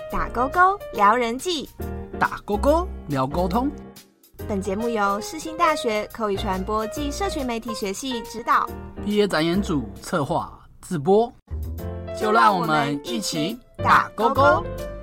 打勾勾聊人际， 打勾勾聊沟通。 本节目由世新大学口语传播暨社群媒体学系指导， 毕业展演组策划自播，就让我们一起打勾勾。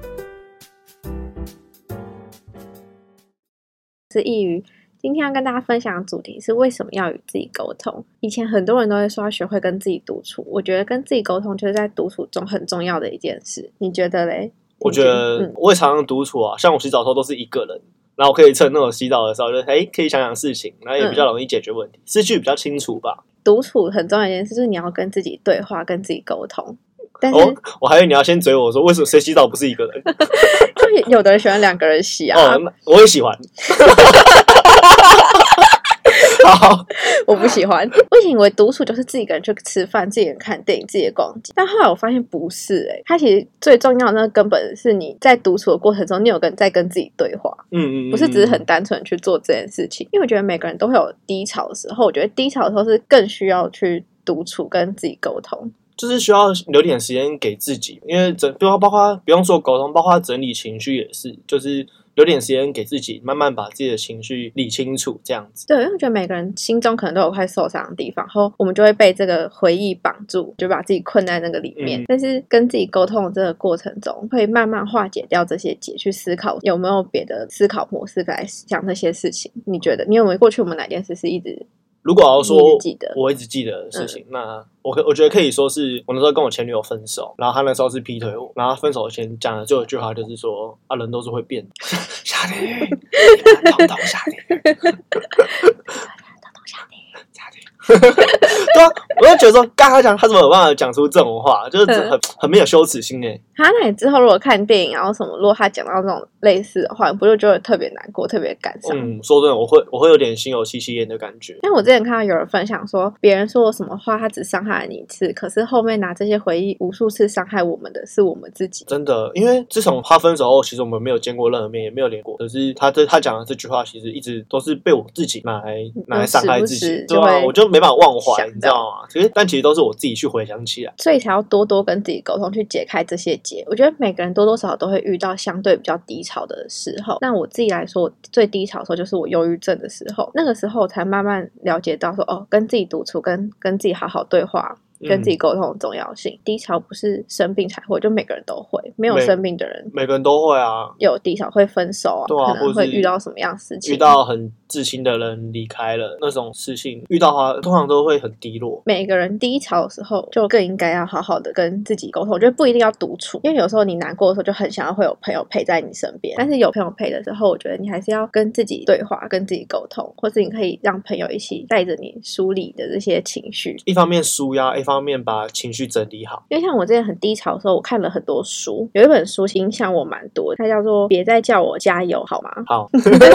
是易瑜，今天要跟大家分享的主题是为什么要与自己沟通。以前很多人都会说要学会跟自己独处，我觉得跟自己沟通就是在独处中很重要的一件事，你觉得嘞？ 我觉得我也常常独处啊，像我洗澡的时候都是一个人，然后我可以趁那种洗澡的时候就可以想想事情，然后也比较容易解决问题，思绪比较清楚吧。 独处很重要的一件事就是你要跟自己对话，跟自己沟通。但是我还以为你要先追我说为什么谁洗澡不是一个人？ 就有的人喜欢两个人洗啊。 我也喜欢。好， 我不喜欢。我以为独处就是自己一个人去吃饭，自己一个人看电影，自己逛街。但后来我发现不是它其实最重要的那个根本是你在独处的过程中，你有在跟自己对话。不是只是很单纯去做这件事情。因为我觉得每个人都会有低潮的时候，我觉得低潮的时候是更需要去独处跟自己沟通。 就是需要留点时间给自己，因为包括不用做沟通，包括整理情绪也是，就是留点时间给自己，慢慢把自己的情绪理清楚，这样子。 对，因为我觉得每个人心中可能都有块受伤的地方，然后我们就会被这个回忆绑住，就把自己困在那个里面。但是跟自己沟通的这个过程中，会慢慢化解掉这些结，去思考有没有别的思考模式来想这些事情。你觉得你有没有过去我们哪件事是一直？ 如果要说我一直记得的事情，那我觉得可以说是我那时候跟我前女友分手，然后她那时候是劈腿我，然后分手前讲的最后一句话就是说人都是会变的。下地狱，通通下地狱，通通下地狱，下地狱。对啊，我就觉得说，刚才讲他怎么有办法讲出这种话，就是很没有羞耻心耶。 那你之后如果看电影然后什么，如果他讲到这种类似的话，你不就觉得特别难过，特别感伤？ 说真的，我会有点心有戚戚焉的感觉。 因为我之前看到有人分享说，别人说我什么话，他只伤害了你一次，可是后面拿这些回忆无数次伤害我们的是我们自己。 真的，因为自从他分手后，其实我们没有见过任何面，也没有连过。可是他讲的这句话，其实一直都是被我自己拿来伤害自己，对吧？我就没办法忘怀，你知道吗？但其实都是我自己去回想起来， 所以才要多多跟自己沟通，去解开这些结。我觉得每个人多多少少都会遇到相对比较低潮的时候。那我自己来说，我最低潮的时候就是我忧郁症的时候，那个时候我才慢慢了解到说，跟自己独处，跟自己好好对话。跟自己沟通的重要性。低潮不是生病才会，就每个人都会，没有生病的人每个人都会啊。 有低潮会分手啊，可能会遇到什么样的事情， 遇到很至亲的人离开了，那种事情遇到的话通常都会很低落。 每个人低潮的时候就更应该要好好的跟自己沟通。我觉得不一定要独处，因为有时候你难过的时候就很想要会有朋友陪在你身边，但是有朋友陪的时候，我觉得你还是要跟自己对话，跟自己沟通，或是你可以让朋友一起带着你梳理的这些情绪， 一方面抒压，一方面把情绪整理好。 因为像我之前很低潮的时候，我看了很多书，有一本书影响我蛮多的，它叫做《别再叫我加油好吗》。 好。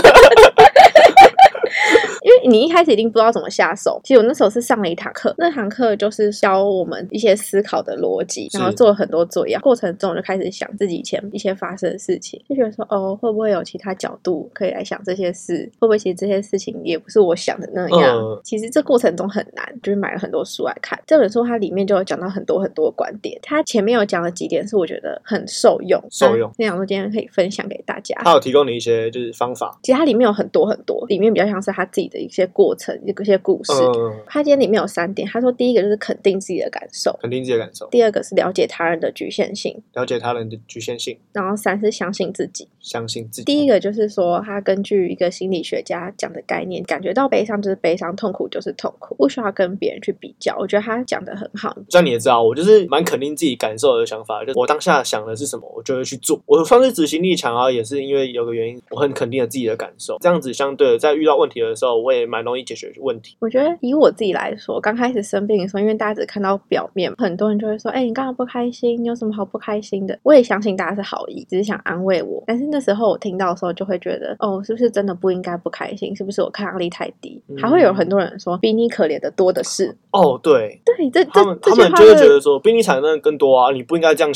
因为你一开始一定不知道怎么下手。其实我那时候是上了一堂课，那堂课就是教我们一些思考的逻辑，然后做了很多作业，过程中我就开始想自己以前一些发生的事情，就觉得说会不会有其他角度可以来想这些事，会不会其实这些事情也不是我想的那样。其实这过程中很难，就是买了很多书来看。这本书它里面就有讲到很多很多观点，它前面有讲了几点是我觉得很受用，那想说今天可以分享给大家。 它有提供你一些就是方法， 其实它里面有很多很多，里面比较像是他自己的一些过程，一些故事。他今天里面有3点，他说第一个就是肯定自己的感受，第二个是了解他人的局限性，然后3是相信自己。第一个就是说，他根据一个心理学家讲的概念，感觉到悲伤就是悲伤，痛苦就是痛苦，不需要跟别人去比较。我觉得他讲的很好。 这样你也知道，我就是蛮肯定自己感受的想法，就是我当下想的是什么，我就会去做。我算是执行力强啊，也是因为有个原因，我很肯定了自己的感受，这样子相对的在遇到问题的时候，我也蛮容易解决问题。 我觉得以我自己来说，刚开始生病的时候，因为大家只看到表面，很多人就会说你刚刚不开心，你有什么好不开心的？我也相信大家是好意，只是想安慰我。但是那时候我听到的时候就会觉得是不是真的不应该不开心？是不是我抗压力太低？还会有很多人说比你可怜的多的是。 对， 他们就会觉得说比你惨的更多啊，你不应该这样想的。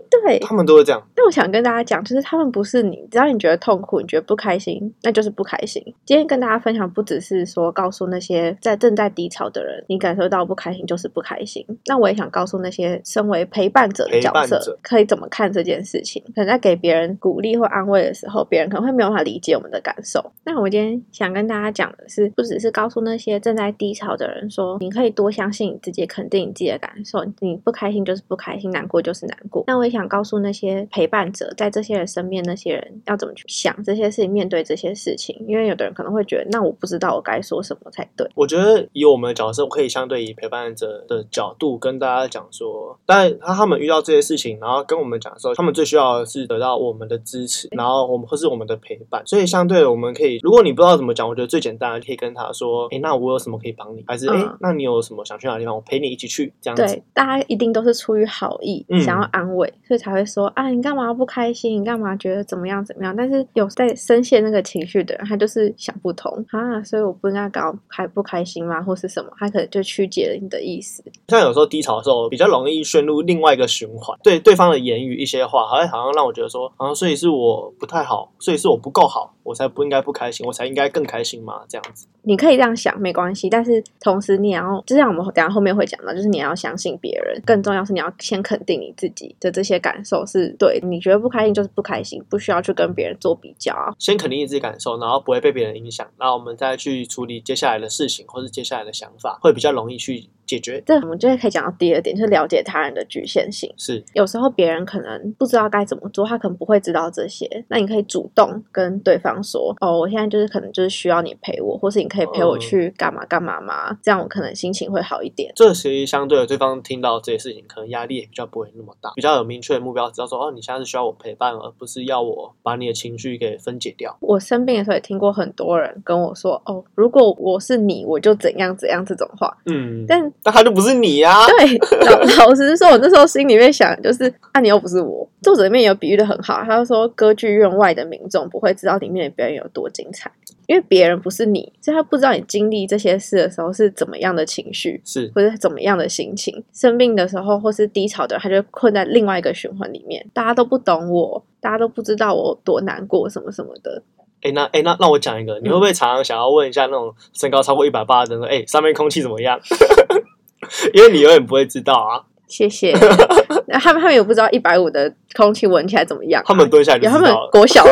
对， 他们都会这样。 但我想跟大家讲，就是他们不是你，只要你觉得痛苦，你觉得不开心，那就是不开心。今天跟大家分享，不只是说告诉那些正在低潮的人，你感受到不开心就是不开心。那我也想告诉那些身为陪伴者的角色，可以怎么看这件事情。可能在给别人鼓励或安慰的时候，别人可能会没有办法理解我们的感受。那我今天想跟大家讲的是，不只是告诉那些正在低潮的人说，你可以多相信你自己，肯定你自己的感受，你不开心就是不开心，难过就是难过。那我也想告诉那些陪伴者，在这些人身边那些人要怎么去想这些事情，面对这些事情。因为有的人可能会觉得，那我不知道我该说什么才对。 我觉得以我们的角色，我可以相对以陪伴者的角度跟大家讲说，但他们遇到这些事情，然后跟我们讲的时候，他们最需要的是得到我们的支持，然后或是我们的陪伴。所以相对的，我们可以，如果你不知道怎么讲，我觉得最简单的可以跟他说，那我有什么可以帮你，还是那你有什么想去哪个地方，我陪你一起去，这样子。 对，大家一定都是出于好意，想要安慰，所以才会说啊，你干嘛不开心？你干嘛觉得怎么样怎么样？但是有在深陷那个情绪的人，他就是想不通啊，所以我不应该搞不开心吗？或是什么？他可能就曲解了你的意思。 像有时候低潮的时候，比较容易陷入另外一个循环，对对方的言语一些话，好像让我觉得说，所以是我不太好，所以是我不够好，我才不应该不开心，我才应该更开心嘛，这样子。 你可以这样想没关系，但是同时你也要，就像我们等一下后面会讲到，就是你要相信别人，更重要是你要先肯定你自己的这些感受是对，你觉得不开心就是不开心，不需要去跟别人做比较。 先肯定你自己感受，然后不会被别人影响，然后我们再去处理接下来的事情或是接下来的想法，会比较容易去解决。 这我们就可以讲到第二点，就是了解他人的局限性。 是有时候别人可能不知道该怎么做，他可能不会知道这些，那你可以主动跟对方说，我现在就是可能就是需要你陪我，或是你可以陪我去干嘛干嘛嘛，这样我可能心情会好一点。 这其实相对的，对方听到这些事情，可能压力也比较不会那么大，比较有明确的目标，知道说你现在是需要我陪伴，而不是要我把你的情绪给分解掉。 我生病的时候也听过很多人跟我说，如果我是你，我就怎样怎样这种话。但他就不是你啊。 对，老实说，我那时候心里面想就是你又不是我。作者里面有比喻的很好，他就说歌剧院外的民众不会知道里面的表演有多精彩，因为别人不是你，所以他不知道你经历这些事的时候是怎么样的情绪， 是或者怎么样的心情。生病的时候或是低潮的人，他就困在另外一个循环里面，大家都不懂我，大家都不知道我多难过什么什么的。 那我讲一个，你会不会常常想要问一下那种身高超过180的人说，上面空气怎么样？因为你永远不会知道啊。 谢谢。他们也不知道150的空气闻起来怎么样， 他们蹲下来就知道了。 他们国小了。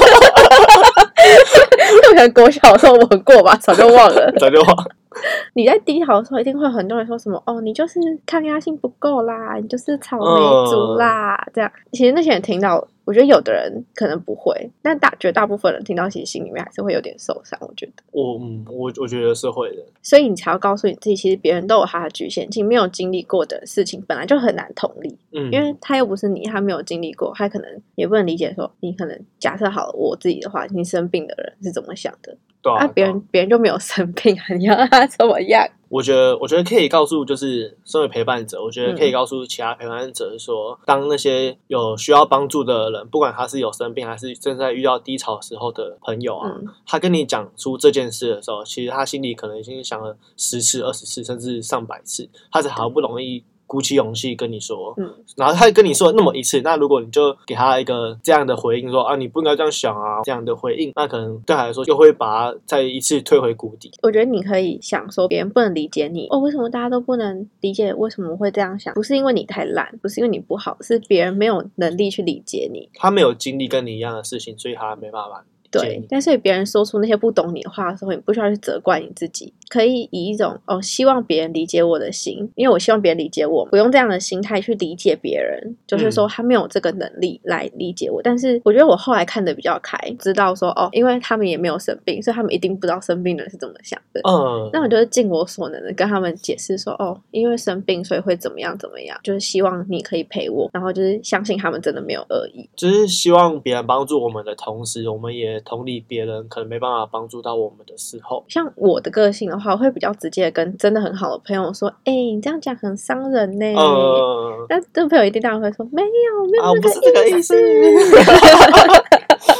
可能国小的时候闻过吧，早就忘了。你在低潮的时候，一定会很多人说什么你就是抗压性不够啦，你就是草莓族啦，这样。其实那些人听到，我觉得有的人可能不会，但绝大部分人听到，其实心里面还是会有点受伤。我觉得， 我觉得是会的。 所以你才要告诉你自己，其实别人都有他的局限性，没有经历过的事情本来就很难同理。因为他又不是你，他没有经历过，他可能也不能理解说，你可能假设好了我自己的话，你生病的人是怎么想的。别人就没有生病啊，你要他怎么样？ 我觉得可以告诉，就是身为陪伴者，我觉得可以告诉其他陪伴者说，当那些有需要帮助的人，不管他是有生病还是正在遇到低潮时候的朋友啊，他跟你讲出这件事的时候，其实他心里可能已经想了10次、20次，甚至上百次，他才好不容易鼓起勇气跟你说，然后他跟你说那么一次，那如果你就给他一个这样的回应说你不应该这样想啊，这样的回应，那可能对他来说就会把他再一次推回谷底。 我觉得你可以想说别人不能理解你为什么大家都不能理解为什么会这样想，不是因为你太烂，不是因为你不好，是别人没有能力去理解你， 他没有经历跟你一样的事情，所以他没办法。 对，但是别人说出那些不懂你的话的时候，你不需要去责怪你自己，可以以一种希望别人理解我的心，因为我希望别人理解我，不用这样的心态去理解别人，就是说他没有这个能力来理解我。但是我觉得我后来看得比较开，知道说因为他们也没有生病，所以他们一定不知道生病的人是怎么想的。那我就是尽我所能的跟他们解释说因为生病所以会怎么样怎么样，就是希望你可以陪我，然后就是相信他们真的没有恶意， 就是希望别人帮助我们的同时，我们也同理别人可能没办法帮助到我们的时候。 像我的个性的话，我会比较直接跟真的很好的朋友说你这样讲很伤人呢。但这个朋友一定当然会说没有这个意思。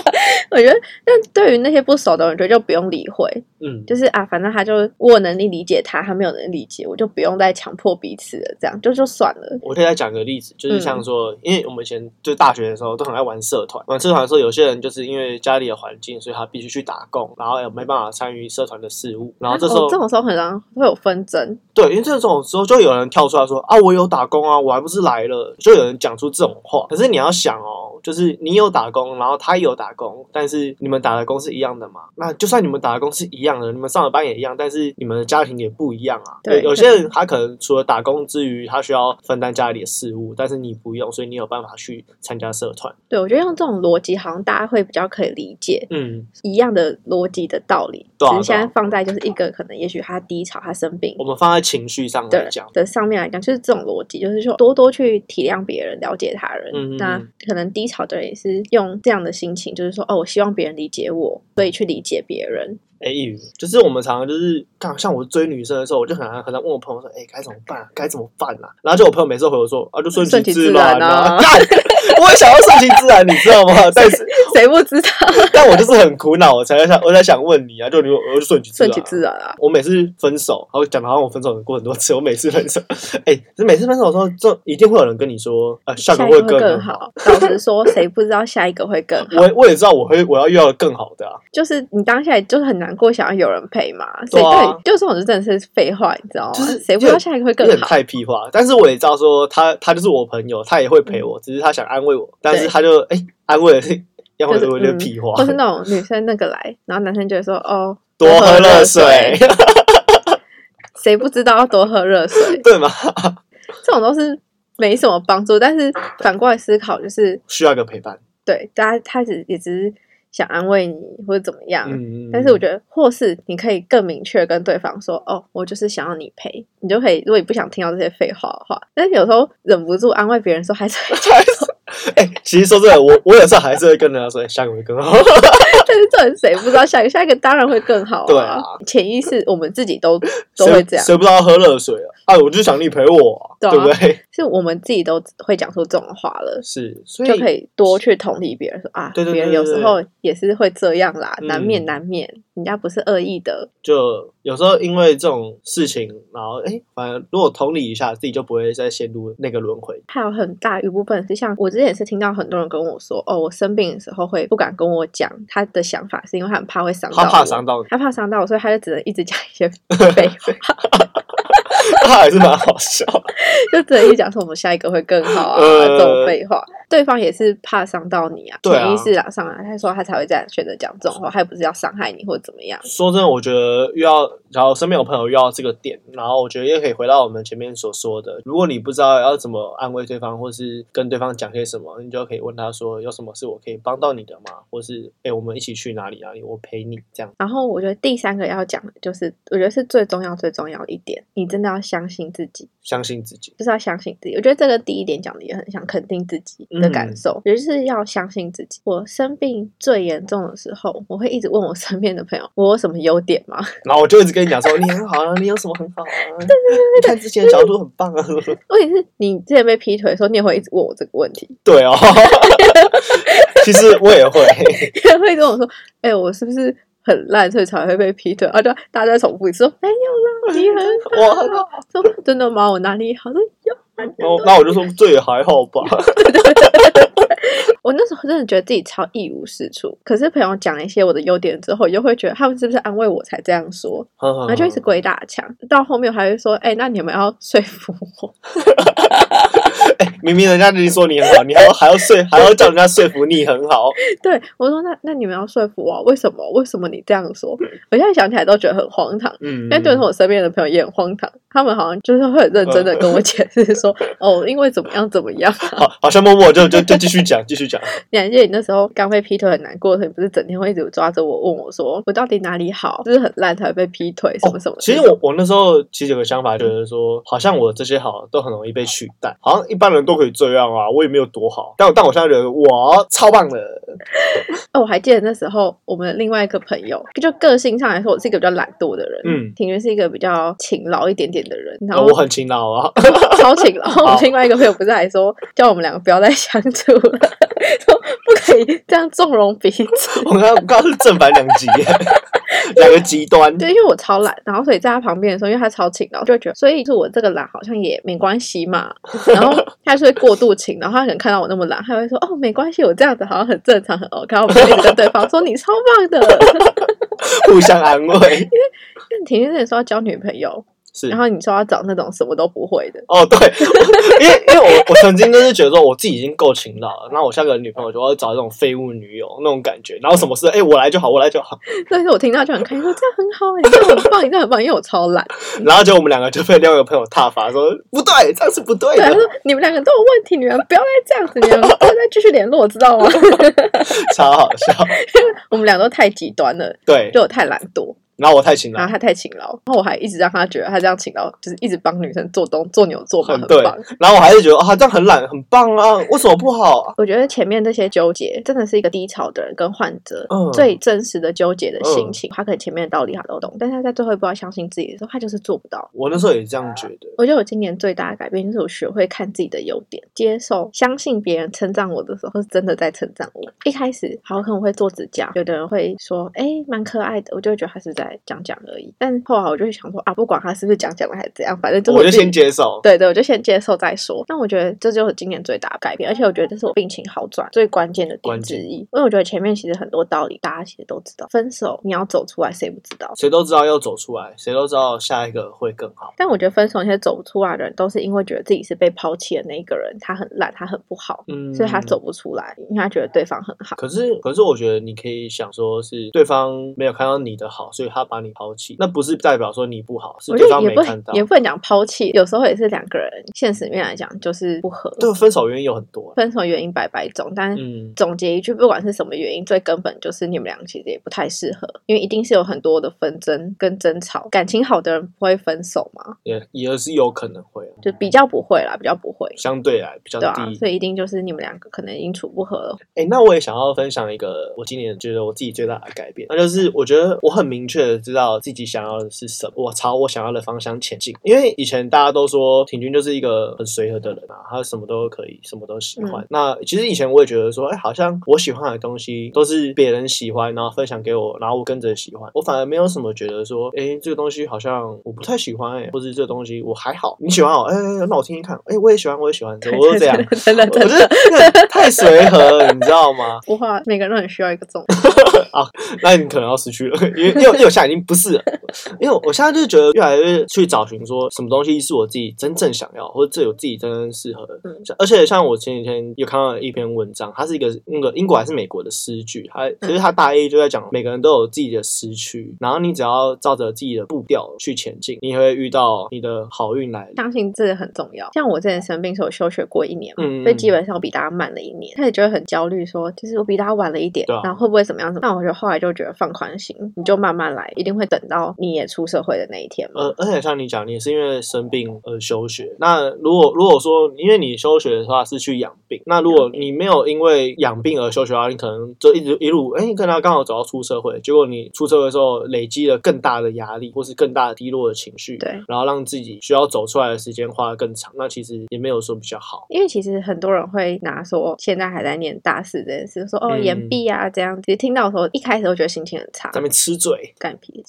我觉得，但对于那些不熟的人，就不用理会。就是反正他就我有能力理解他，他没有能力理解我，就不用再强迫彼此了，这样就算了。 我可以再讲个例子，就是像说，因为我们以前就大学的时候都很爱玩社团，玩社团的时候，有些人就是因为家里的环境，所以他必须去打工，然后也没办法参与社团的事务，然后这时候、 这种时候很常会有纷争。 对，因为这种时候就有人跳出来说啊，我有打工啊，我还不是来了，就有人讲出这种话。可是你要想哦，就是你有打工，然后他也有打工，但是你们打的工是一样的嘛？那就算你们打的工是一样的，你们上的班也一样，但是你们的家庭也不一样啊。对，有些人他可能除了打工之余，他需要分担家里的事务，但是你不用，所以你有办法去参加社团。 对，我觉得用这种逻辑，好像大家会比较可以理解，一样的逻辑的道理。只是现在放在就是一个可能，也许他低潮，他生病， 我们放在情绪上来讲的上面来讲，就是这种逻辑，就是说多去体谅别人，了解他人。那可能低潮的人也是用这样的心情，就是说我希望别人理解我，所以去理解别人。 一语就是我们常常就是像我追女生的时候，我就很常问我朋友说，该怎么办？该怎么办啊？然后就我朋友每次回我说就顺其自然啊。我也想要顺其自然，你知道吗？但是谁不知道？但我就是很苦恼，我才想问你啊，就顺其自然啊。 我每次分手，然后讲的好像我分手过很多次，我每次分手，每次分手的时候，就一定会有人跟你说，下个会更好。 老实说，谁不知道下一个会更好？ 我也知道我要遇到更好的啊。 就是你当下就是很难过，想要有人陪嘛。 对啊， 就这种就真的是废话，你知道吗？就是谁不知道下一个会更好？ 太屁话。但是我也知道说他就是我朋友，他也会陪我，只是他想安慰我，但是他就安慰的要会有点屁话， 或是那种女生那个来，然后男生就会说多喝热水。 谁不知道要多喝热水？ 对吗？ 这种都是没什么帮助，但是反过来思考，就是需要一个陪伴。 对，大家开始也只是想安慰你或者怎么样，但是我觉得或是你可以更明确跟对方说，我就是想要你陪，你就可以。如果你不想听到这些废话的话，但是有时候忍不住安慰别人的时候，还是会讲说其实说真的，我有时候还是会跟人家说下一个会更好。 但是这人谁不知道下一个当然会更好啊。 对啊， 潜意识我们自己都会这样。 谁不知道喝热水啊？我就想你陪我啊，对不对？ 是我们自己都会讲出这种话了， 是，所以就可以多去同理别人说对，别人有时候也是会这样啦，难免，人家不是恶意的。 就有时候因为这种事情，然后反正如果同理一下，自己就不会再陷入那个轮回。 还有很大一部分是像我之前也是听到很多人跟我说，我生病的时候会不敢跟我讲他的想法，是因为他很怕会伤到我，他怕伤到我，所以他就只能一直讲一些废话。 他还是蛮好笑， 就只能一讲说我们下一个会更好啊，这种废话。对方也是怕伤到你啊，潜意识上来，他说他才会这样选择讲这种话，他也不是要伤害你或者怎么样。 说真的，我觉得然后身边有朋友遇到这个点，然后我觉得也可以回到我们前面所说的，如果你不知道要怎么安慰对方，或是跟对方讲些什么，你就可以问他说有什么是我可以帮到你的吗？或是我们一起去哪里，我陪你这样。 然后我觉得第三个要讲的就是，我觉得是最重要的一点，你真的要相信自己，就是要相信自己。我觉得这个第一点讲的也很像肯定自己的感受，也就是要相信自己。我生病最严重的时候，我会一直问我身边的朋友，我有什么优点吗？ 然后我就一直跟你讲说你很好啊，你有什么很好啊，对，看之前的角度很棒啊。 问题是你之前被劈腿的时候，你也会一直问我这个问题。 对哦。其实我也会会跟我说我是不是很烂，所以才会被劈腿就大家在重复一次说没有啦，你很好，我很好。说真的吗？我哪里好？说有。 那我就说这也还好吧。 我那时候真的觉得自己超一无是处，可是朋友讲了一些我的优点之后，又会觉得他们是不是安慰我才这样说，然后就一直鬼打墙。到后面我还会说那你们要说服我。 明明人家已经说你很好，你还要叫人家说服你很好。 对，我说那你们要说服我，为什么你这样说？我现在想起来都觉得很荒唐，因为对我身边的朋友也很荒唐，他们好像就是会很认真的跟我解释说因为怎么样好像默默就继续讲。 你还记得你那时候刚被劈腿很难过，你不是整天会一直抓着我问我说我到底哪里好，就是很烂才会被劈腿什么什么的。 其实我那时候其实有个想法，就是说好像我这些好都很容易被取代，好像一般人都可以这样啊，我也没有多好，但我现在觉得我超棒的。 我还记得那时候我们另外一个朋友，就个性上来说，我是一个比较懒惰的人，庭云是一个比较勤劳一点点的人，然后我很勤劳啊。 超勤劳。我另外一个朋友不是还说叫我们两个不要再相处了。 不可以这样纵容彼此。 我刚刚是正反两极耶，两个极端。 对，因为我超懒，然后所以在他旁边的时候，因为他超勤劳，就会觉得，所以是我这个懒好像也没关系嘛。然后他是会过度勤劳，他可能看到我那么懒，他会说哦没关系，我这样子好像很正常很 OK。然后我们就一直跟对方说你超棒的， 互相安慰。因为婷婷那时候要交女朋友。然后你说要找那种什么都不会的哦，对，因为我曾经就是觉得说我自己已经够勤劳了，那我下个女朋友就要找这种废物女友那种感觉，然后什么事我来就好，我来就好。 但是我听到就很开心，说这样很好，你这样很棒，你这样很棒，因为我超懒。 然后就我们两个就被另外一个朋友挞伐说不对，这样是不对的。 对，他说你们两个都有问题，你们不要再这样子，你们不要再继续联络，知道吗？ 超好笑， 我们俩都太极端了， 对， 就我太懒惰。 然后我太勤劳， 然后他太勤劳，然后我还一直让他觉得他这样勤劳，就是一直帮女生做牛做马，很棒。 然后我还是觉得啊，这样很懒，很棒啊，为什么不好啊？ 我觉得前面这些纠结真的是一个低潮的人跟患者最真实的纠结的心情。他可能前面的道理他都懂，但是他在最后一步要相信自己的时候，他就是做不到。 我那时候也这样觉得。 我觉得我今年最大的改变就是我学会看自己的优点，接受、相信别人称赞我的时候是真的在称赞我。一开始好可能会做指甲，有的人会说蛮可爱的，我就会觉得他是在讲而已。但后来我就会想说啊，不管他是不是讲的还是怎样，反正我就先接受。 对，我就先接受再说。那我觉得这就是今年最大的改变，而且我觉得这是我病情好转最关键的点之一。因为我觉得前面其实很多道理大家其实都知道，分手你要走出来，谁不知道？ 谁都知道要走出来，谁都知道下一个会更好。 但我觉得分手那些走不出来的人，都是因为觉得自己是被抛弃的那一个人，他很烂，他很不好，所以他走不出来，因为他觉得对方很好。 可是我觉得你可以想说是对方没有看到你的好，所以他把你抛弃。那不是代表说你不好，是对方没看到。 也不能讲抛弃，有时候也是两个人现实面来讲就是不合。 对，分手原因有很多， 分手原因百百种，但总结一句，不管是什么原因，最根本就是你们俩其实也不太适合，因为一定是有很多的纷争跟争吵。感情好的人不会分手吗？ 也是有可能会， 就比较不会啦，比较不会， 相对来比较低，对啊，所以一定就是你们两个可能已经处不合了。 那我也想要分享一个我今年觉得我自己最大的改变，那就是我觉得我很明确的知道自己想要的是什么，我朝我想要的方向前进。因为以前大家都说挺君就是一个很随和的人啊，他什么都可以，什么都喜欢。那其实以前我也觉得说好像我喜欢的东西都是别人喜欢，然后分享给我，然后我跟着喜欢，我反而没有什么觉得说这个东西好像我不太喜欢或者这个东西我还好，你喜欢那我听听看，我也喜欢，我都这样。 真的我觉得太随和了，你知道吗？ 不会，每个人都很需要一个重啊，那你可能要失去了，因为我现在已经不是了，因为我现在就是觉得越来越去找寻说什么东西是我自己真正想要，或者这有自己真正适合的。而且像我前几天有看到一篇文章，它是一个那个英国还是美国的诗句，其实它大意就在讲每个人都有自己的时区，然后你只要照着自己的步调去前进，你会遇到你的好运来。 相信这个很重要。像我之前生病时候休学过1年嘛，所以基本上我比大家慢了1年，他也觉得很焦虑，说就是我比大家晚了一点，然后会不会怎么样？那我觉得后来就觉得放宽心，你就慢慢来，一定会等到你也出社会的那一天嘛。 而且像你讲，你也是因为生病而休学。那如果说因为你休学的话是去养病，那如果你没有因为养病而休学的话，你可能就一路跟他刚好走到出社会，结果你出社会的时候累积了更大的压力，或是更大的低落的情绪， 对， 然后让自己需要走出来的时间花得更长，那其实也没有说比较好。 因为其实很多人会拿说现在还在念大4这件事，说延毕啊这样，其实听到的时候一开始我觉得心情很差， 在那边吃嘴干屁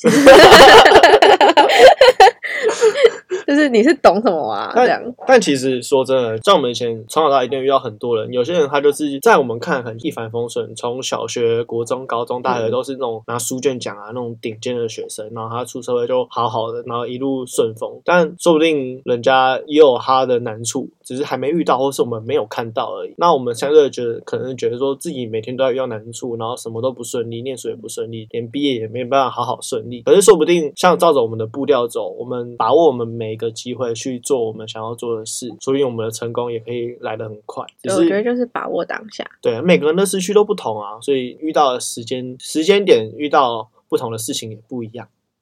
就是你是懂什么啊？这样。 但其实说真的，像我们以前从小到大一定遇到很多人，有些人他就是在我们看很一帆风顺，从小学、国中、高中、大学都是那种拿书卷奖啊那种顶尖的学生，然后他出社会就好好的，然后一路顺风。但说不定人家也有他的难处，只是还没遇到，或是我们没有看到而已。那我们相对觉得，可能觉得说自己每天都在遇到难处，然后什么都不顺利，念书也不顺利，连毕业也没办法好好顺利。可是说不定像照着我们的步调走，我们把握我们每一个机会去做我们想要做的事，所以我们的成功也可以来得很快。 我觉得就是把握当下。 对，每个人的时区都不同啊，所以遇到的时间点遇到不同的事情也不一样。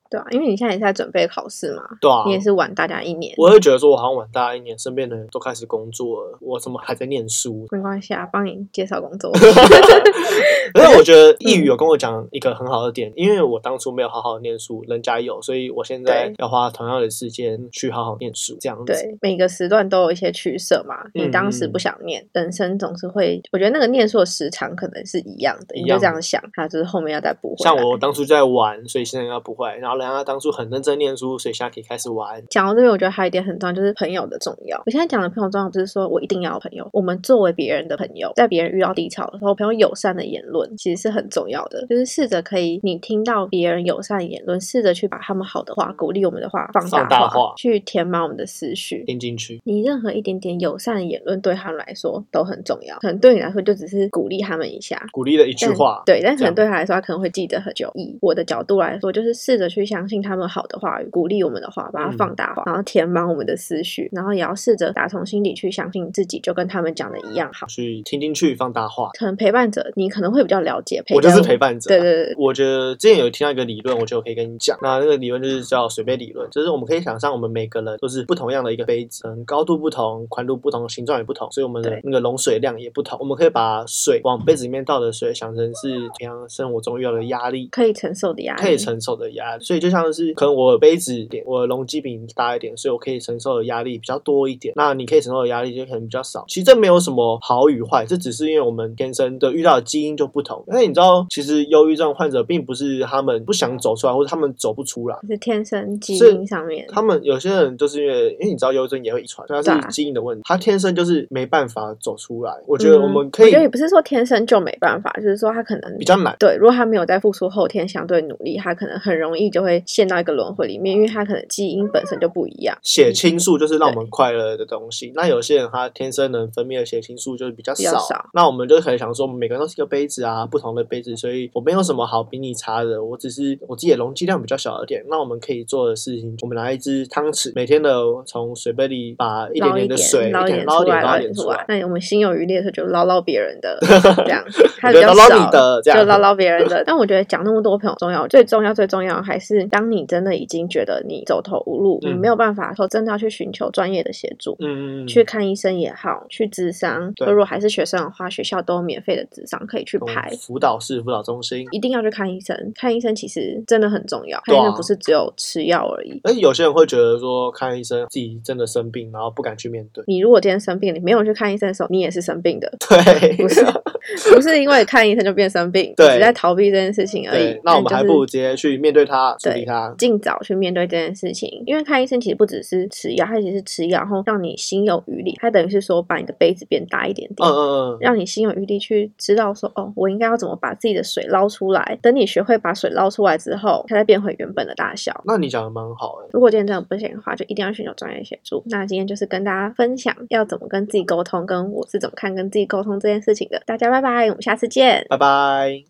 对啊，因为你现在也是在准备考试嘛， 对啊， 你也是晚大家1年。 我会觉得说我好像晚大家1年，身边的人都开始工作了，我怎么还在念书？ 没关系啊，帮你介绍工作。 可是我觉得一宇有跟我讲一个很好的点，因为我当初没有好好念书，人家有，所以我现在要花同样的时间去好好念书，这样子。 对，每个时段都有一些取舍嘛。你当时不想念，人生总是会，我觉得那个念书的时长可能是一样的，你就这样想，他就是后面要再补回来。 像我当初在玩，所以现在要补回来，然后人家当初很认真念书，所以现在可以开始玩。 讲到这边，我觉得还有一点很重要，就是朋友的重要。我现在讲的朋友重要，不是说我一定要有朋友，我们作为别人的朋友，在别人遇到低潮的时候，朋友友善的言论其实是很重要的，就是试着可以你听到别人友善的言论，试着去把他们好的话、鼓励我们的话放大化，去填满我们的思绪， 听进去。 你任何一点点友善的言论对他们来说都很重要，可能对你来说就只是鼓励他们一下， 鼓励的一句话， 对，但可能对他来说他可能会记得很久。以我的角度来说，就是试着去相信他们好的话语，鼓励我们的话，把它放大化，然后填满我们的思绪，然后也要试着打从心底去相信自己就跟他们讲的一样好， 去听进去放大化。 可能陪伴者你可能会比较了解， 我就是陪伴者。 对对对， 我觉得之前有听到一个理论，我觉得我可以跟你讲。那个理论就是叫水杯理论，就是我们可以想象我们每个人都是不同样的一个杯子，高度不同，宽度不同，形状也不同，所以我们的那个容水量也不同。我们可以把水往杯子里面倒的水想成是平常生活中遇到的压力， 可以承受的压力， 可以承受的压力。所以就像是可能我的杯子点，我的容积比你大一点，所以我可以承受的压力比较多一点，那你可以承受的压力就可能比较少。其实这没有什么好与坏，这只是因为我们天生的遇到的基因就不同。因为你知道其实忧郁症患者并不是他们不想走出来，或者他们走不出来， 是天生基因上面。 他们有些人就是因为你知道忧郁症也会遗传，它是基因的问题，他天生就是没办法走出来。我觉得我们可以， 我觉得也不是说天生就没办法，就是说他可能比较难。 对，如果他没有在付出后天相对努力，他可能很容易就会陷到一个轮回里面，因为他可能基因本身就不一样。 血清素就是让我们快乐的东西，那有些人他天生能分泌的血清素就是比较少。那我们就可以想说，我们每个人都是一个杯子啊，不同的杯子，所以我没有什么好比你差的，我只是我自己的容积量比较小一点。那我们可以做的事情，我们拿一支汤匙，每天的从水杯里把一点点的水捞一点出来。那我们心有余力的时候就捞别人的，这样他比较少你的这样就捞别人的。但我觉得讲那么多朋友重要，最重要还是当你真的已经觉得你走投无路，你没有办法说真的要去寻求专业的协助，去看医生也好，去咨商。如果还是学生的话，学校都有免费的咨商可以去排， 辅导室、辅导中心一定要去看医生。看医生其实真的很重要，看医生不是只有吃药而已。 而且有些人会觉得说看医生自己真的生病，然后不敢去面对。 你如果今天生病，你没有去看医生的时候，你也是生病的。 对， 不是因为看医生就变生病，你只在逃避这件事情而已。 那我们还不如直接去面对它，处理它， 尽早去面对这件事情。因为看医生其实不只是吃药，它其实是吃药，然后让你心有余力，它等于是说把你的杯子变大一点点，让你心有余力去知道说，哦，我应该要怎么把自己的水捞出来。等你学会把水捞出来之后，它再变回原本的大小。 那你讲的蛮好的。 如果今天真的不行的话，就一定要寻求专业协助。那今天就是跟大家分享要怎么跟自己沟通，跟我是怎么看跟自己沟通这件事情的。大家拜拜，我们下次见， 拜拜。